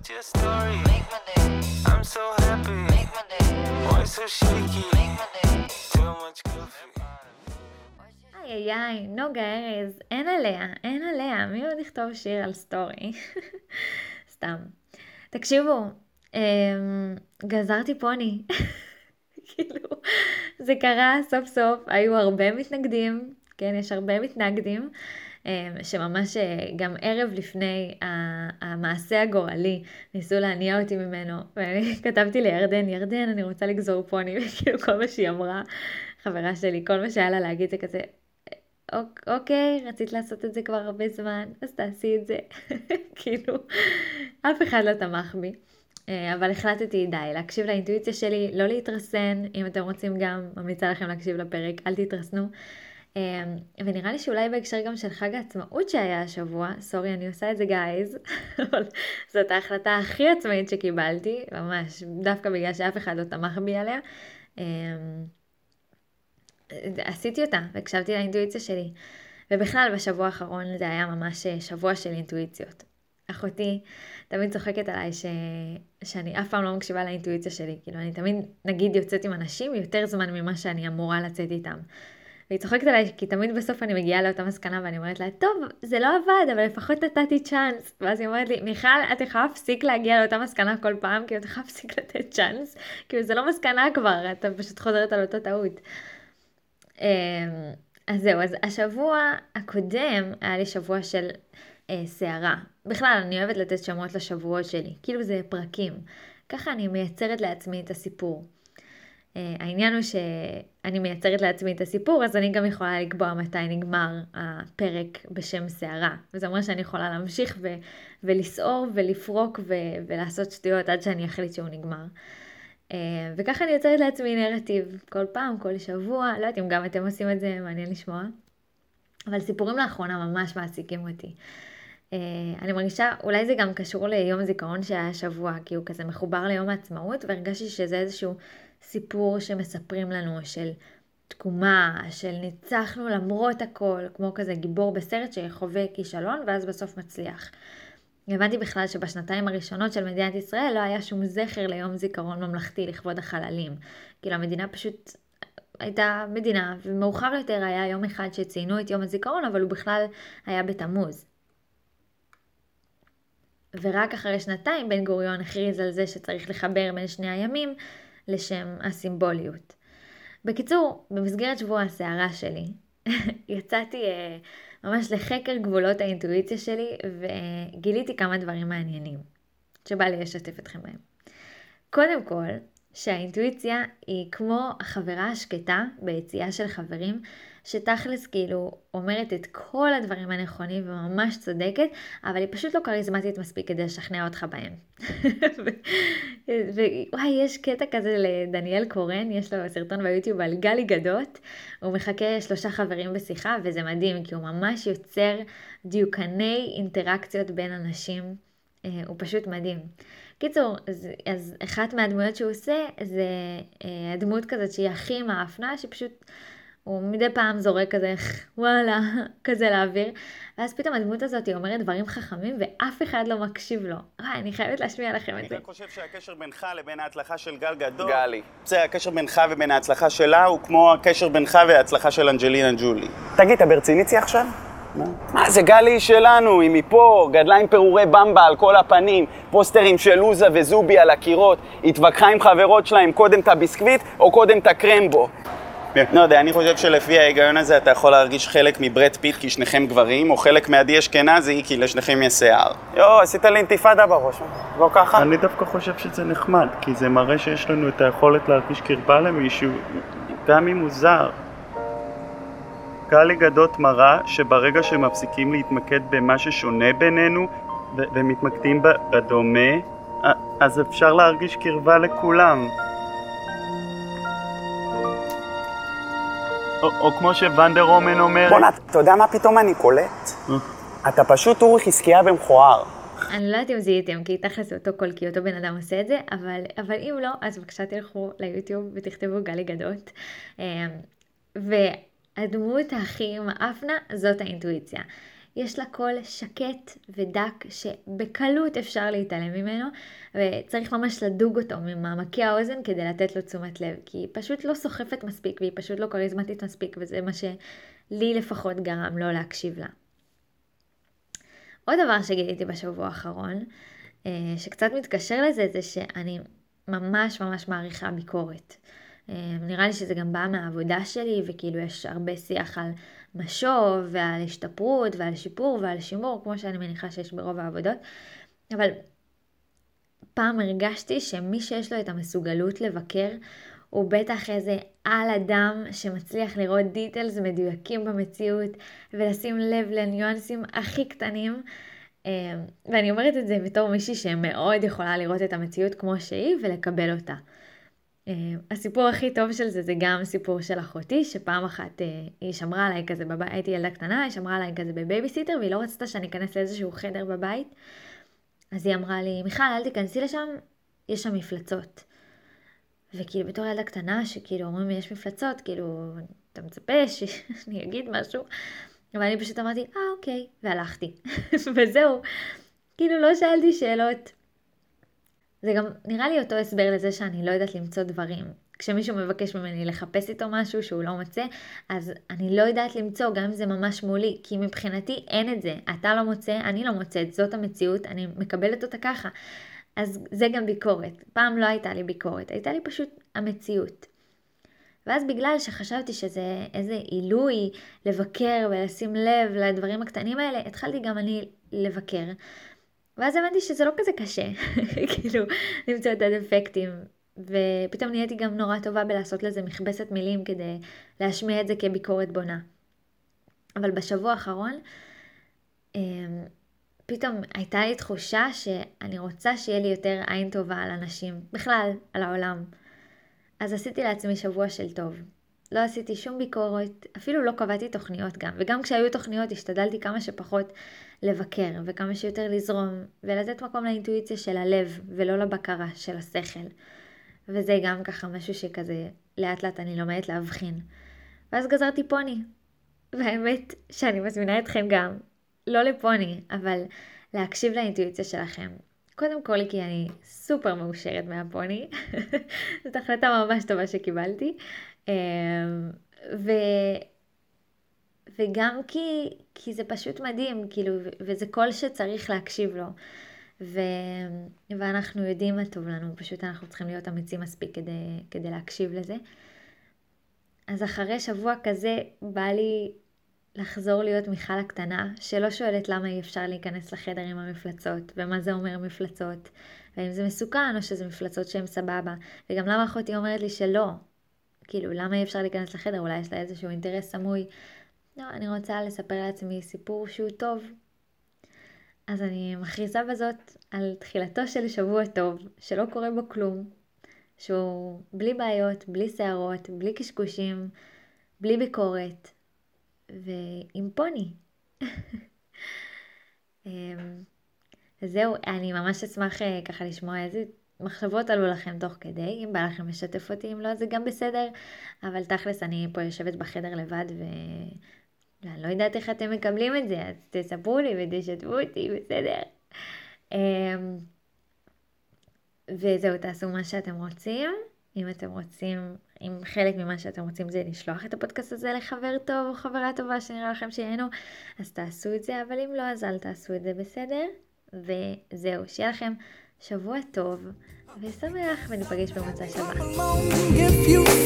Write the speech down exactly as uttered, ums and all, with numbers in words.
watch your story. Make my day. I'm so happy. Make my day. Voice so shaky. Make my day. Too much coffee. איי איי איי, נוגה ארז, אין עליה, אין עליה, מי עוד יכתוב שיר על סטורי? סתם. תקשיבו, אמ, גזרתי פוני. כאילו, זה קרה סוף סוף, היו הרבה מתנגדים, כן, יש הרבה מתנגדים, אמ, שממש אה, גם ערב לפני ה- המעשה הגורלי, ניסו להניע אותי ממנו, ואני כתבתי לירדן, ירדן, אני רוצה לגזור פוני, וכאילו כל מה שהיא אמרה, חברה שלי, כל מה שהיה לה להגיד זה כזה, "אוק- אוקיי, רצית לעשות את זה כבר הרבה זמן, אז תעשי את זה." כאילו, אף אחד לא תמך בי. אה, אבל החלטתי די, להקשיב לאינטואיציה שלי, לא להתרסן, אם אתם רוצים גם, ממליצה לכם להקשיב לפרק, אל תתרסנו. אה, ונראה לי שאולי בהקשר גם של חג העצמאות שהיה השבוע, סורי, אני עושה את זה גייז, אבל זאת ההחלטה הכי עצמאית שקיבלתי, ממש, דווקא בגלל שאף אחד לא תמך בי עליה. אה, עשיתי אותה והקשבתי לאינטואיציה שלי. ובכלל בשבוע האחרון זה היה ממש שבוע של אינטואיציות. אחותי תמיד צוחקת עליי ש... שאני אף פעם לא מקשיבה לאינטואיציה שלי. כאילו אני תמיד נגיד יוצאת עם אנשים יותר זמן ממה שאני אמורה לצאת איתם. והיא צוחקת עליי כי תמיד בסוף אני מגיעה לאותה מסקנה ואני אומרת לה, טוב, זה לא עבד, אבל לפחות נתתי צ'אנס. ואז היא אומרת לי, מיכל, את יכולה להפסיק להגיע לאותה מסקנה כל פעם, כי את יכולה להפסיק לתת צ'אנס. כאילו זה לא מסקנה כבר, אתה פשוט חוזרת על אותו טעות. אמ, אז זהו, אז השבוע הקודם היה לי שבוע של אה, סערה. בכלל, אני אוהבת לתת שמות לשבועות שלי, כאילו זה פרקים. ככה אני מייצרת לעצמי את הסיפור. אה, העניין הוא שאני מייצרת לעצמי את הסיפור, אז אני גם יכולה לקבוע מתי נגמר הפרק בשם סערה. וזה אומר שאני יכולה להמשיך ו- ולסעור ולפרוק ו- ולעשות שטויות עד שאני אחליט שהוא נגמר. Uh, וככה אני יוצרת לעצמי נרטיב, כל פעם, כל שבוע, לא יודעת אם גם אתם עושים את זה, מעניין לשמוע, אבל סיפורים לאחרונה ממש מעסיקים אותי. Uh, אני מרגישה, אולי זה גם קשור ליום זיכרון שהיה השבוע, כי הוא כזה מחובר ליום העצמאות, והרגשתי שזה איזשהו סיפור שמספרים לנו של תקומה, של ניצחנו למרות הכל, כמו כזה גיבור בסרט שחווה כישלון ואז בסוף מצליח. הבנתי בכלל שבשנתיים הראשונות של מדינת ישראל לא היה שום זכר ליום זיכרון ממלכתי לכבוד החללים. כאילו המדינה פשוט הייתה מדינה, ומאוחר יותר היה יום אחד שציינו את יום הזיכרון, אבל הוא בכלל היה בתמוז. ורק אחרי שנתיים בן גוריון הכריז על זה שצריך לחבר בין שני הימים לשם הסימבוליות. בקיצור, במסגרת שבוע הסערה שלי, יצאתי אה, ממש לחקר גבולות האינטואיציה שלי, וגיליתי כמה דברים מעניינים, שבא לי לשתף אתכם בהם. קודם כל, שהאינטואיציה היא כמו החברה השקטה ביציאה של חברים, שתכלס כאילו אומרת את כל הדברים הנכונים וממש צודקת, אבל היא פשוט לא קריזמטית מספיק כדי לשכנע אותך בהם. ווואי, יש קטע כזה לדניאל קורן, יש לו סרטון ביוטיוב על גלי גדות, הוא מחכה שלושה חברים בשיחה, וזה מדהים, כי הוא ממש יוצר דיוקני אינטראקציות בין אנשים, הוא פשוט מדהים. קיצור, אז, אז אחת מהדמויות שהוא עושה, זה אה, הדמות כזאת שהיא הכי מאפנה, שפשוט הוא מדי פעם זורק כזה, וואלה, כזה לאוויר, ואז פתאום הדמות הזאת היא אומרת דברים חכמים, ואף אחד לא מקשיב לו. וואי, אני חייבת להשמיע לכם את זה. אני חושב שהקשר בינך לבין ההצלחה של גל גדות, גלי. זה הקשר בינך ובין ההצלחה שלה, הוא כמו הקשר בינך וההצלחה של אנג'לינה ג'ולי. תגיד, אתה ברציניצי עכשיו? מה, זה גלי שלנו, היא מפה, גדלה עם פירורי במבה על כל הפנים, פוסטרים של לוזה וזובי על הקירות, התווכחה עם חברות שלה עם קודם את הביסקוויט או קודם את הקרמבו. לא יודע, אני חושב שלפי ההיגיון הזה אתה יכול להרגיש חלק מברד פיט כי שניכם גברים, או חלק מעדי אשכנזי כי לשניכם יש שיער. יו, עשית לי אינתיפאדה בראש, לא ככה? אני דווקא חושב שזה נחמד, כי זה מראה שיש לנו את היכולת להרגיש קרבה למישהו, גם אם הוא זר. גלי גדות מראה שברגע שמפסיקים להתמקד במה ששונה בינינו ו- ומתמקדים בדומה, אז אפשר להרגיש קרבה לכולם. או, או כמו שוונדר רומן אומר... בוא'נה, אתה יודע מה פתאום אני קולט? אתה פשוט אורי חזקיה במכוער. אני לא יודעת אם זיהיתם, כי תכלס זה אותו קול, כי אותו בן אדם עושה את זה, אבל, אבל אם לא, אז בבקשה תלכו ליוטיוב ותכתבו גלי גדות. והדמות הכי מאפנה זאת האינטואיציה. יש לה קול שקט ודק שבקלות אפשר להתעלם ממנו, וצריך ממש לדוג אותו ממעמקי האוזן כדי לתת לו תשומת לב, כי היא פשוט לא סוחפת מספיק והיא פשוט לא קריזמטית מספיק, וזה מה שלי לפחות גרם לא להקשיב לה. עוד דבר שגיליתי בשבוע האחרון, שקצת מתקשר לזה, זה שאני ממש ממש מעריכה ביקורת. נראה לי שזה גם בא מהעבודה שלי, וכאילו יש הרבה שיח על משוב ועל השתפרות ועל שיפור ועל שימור, כמו שאני מניחה שיש ברוב העבודות. אבל פעם הרגשתי שמי שיש לו את המסוגלות לבקר, הוא בטח איזה על אדם שמצליח לראות דיטלס מדויקים במציאות, ולשים לב לניואנסים הכי קטנים. ואני אומרת את זה בתור מישהי שמאוד יכולה לראות את המציאות כמו שהיא ולקבל אותה. הסיפור הכי טוב של זה זה גם סיפור של אחותי, שפעם אחת היא שמרה עליי כזה בבית, הייתי ילדה קטנה, היא שמרה עליי כזה בבייביסיטר, והיא לא רצתה שאני אכנס לאיזשהו חדר בבית. אז היא אמרה לי, מיכל, אל תיכנסי לשם, יש שם מפלצות. וכאילו בתור ילדה קטנה שכאילו אומרים יש מפלצות, כאילו אתה מצפה שאני אגיד משהו, אבל אני פשוט אמרתי, אה אוקיי, והלכתי. וזהו, כאילו לא שאלתי שאלות. זה גם נראה לי אותו הסבר לזה שאני לא יודעת למצוא דברים. כשמישהו מבקש ממני לחפש איתו משהו שהוא לא מוצא, אז אני לא יודעת למצוא, גם אם זה ממש מולי, כי מבחינתי אין את זה. אתה לא מוצא, אני לא מוצאת, זאת המציאות, אני מקבלת אותה ככה. אז זה גם ביקורת. פעם לא הייתה לי ביקורת, הייתה לי פשוט המציאות. ואז בגלל שחשבתי שזה איזה עילוי לבקר ולשים לב לדברים הקטנים האלה, התחלתי גם אני לבקר. ואז הבנתי שזה לא כזה קשה, כאילו, למצוא את הדפקטים. ופתאום נהייתי גם נורא טובה בלעשות לזה מכבסת מילים כדי להשמיע את זה כביקורת בונה. אבל בשבוע האחרון, פתאום הייתה לי תחושה שאני רוצה שיהיה לי יותר עין טובה על אנשים, בכלל, על העולם. אז עשיתי לעצמי שבוע של טוב. לא עשיתי שום ביקורת, אפילו לא קבעתי תוכניות גם. וגם כשהיו תוכניות השתדלתי כמה שפחות לבקר וכמה שיותר לזרום ולתת מקום לאינטואיציה של הלב ולא לבקרה של השכל. וזה גם ככה משהו שכזה לאט לאט אני לומדת להבחין. ואז גזרתי פוני. והאמת שאני מזמינה אתכם גם, לא לפוני, אבל להקשיב לאינטואיציה שלכם. קודם כל כי אני סופר מאושרת מהפוני. זאת החלטה ממש טובה שקיבלתי. ו... וגם כי, כי זה פשוט מדהים, כאילו, וזה כל שצריך להקשיב לו. ו... ואנחנו יודעים מה טוב לנו, פשוט אנחנו צריכים להיות אמיצים מספיק כדי, כדי להקשיב לזה. אז אחרי שבוע כזה בא לי לחזור להיות מיכל הקטנה, שלא שואלת למה אי אפשר להיכנס לחדר עם המפלצות, ומה זה אומר מפלצות, והאם זה מסוכן או שזה מפלצות שהן סבבה, וגם למה אחותי אומרת לי שלא, כאילו למה אי אפשר להיכנס לחדר, אולי יש לה איזשהו אינטרס סמוי. לא, אני רוצה לספר לעצמי סיפור שהוא טוב. אז אני מכריזה בזאת על תחילתו של שבוע טוב, שלא קורה בו כלום, שהוא בלי בעיות, בלי שערות, בלי קשקושים, בלי ביקורת, ועם פוני. זהו, אני ממש אשמח ככה לשמוע איזה מחשבות עלו לכם תוך כדי, אם בא לכם לשתף אותי, אם לא זה גם בסדר, אבל תכלס אני פה יושבת בחדר לבד ו... אני לא יודעת איך אתם מקבלים את זה, אז תספרו לי ותשתפו אותי, בסדר. וזהו, תעשו מה שאתם רוצים. אם אתם רוצים, אם חלק ממה שאתם רוצים זה לשלוח את הפודקאסט הזה לחבר טוב או חברה טובה שנראה לכם שהיינו, אז תעשו את זה, אבל אם לא, אז אל תעשו את זה, בסדר? וזהו, שיהיה לכם שבוע טוב ושמח, וניפגש במוצא שבת.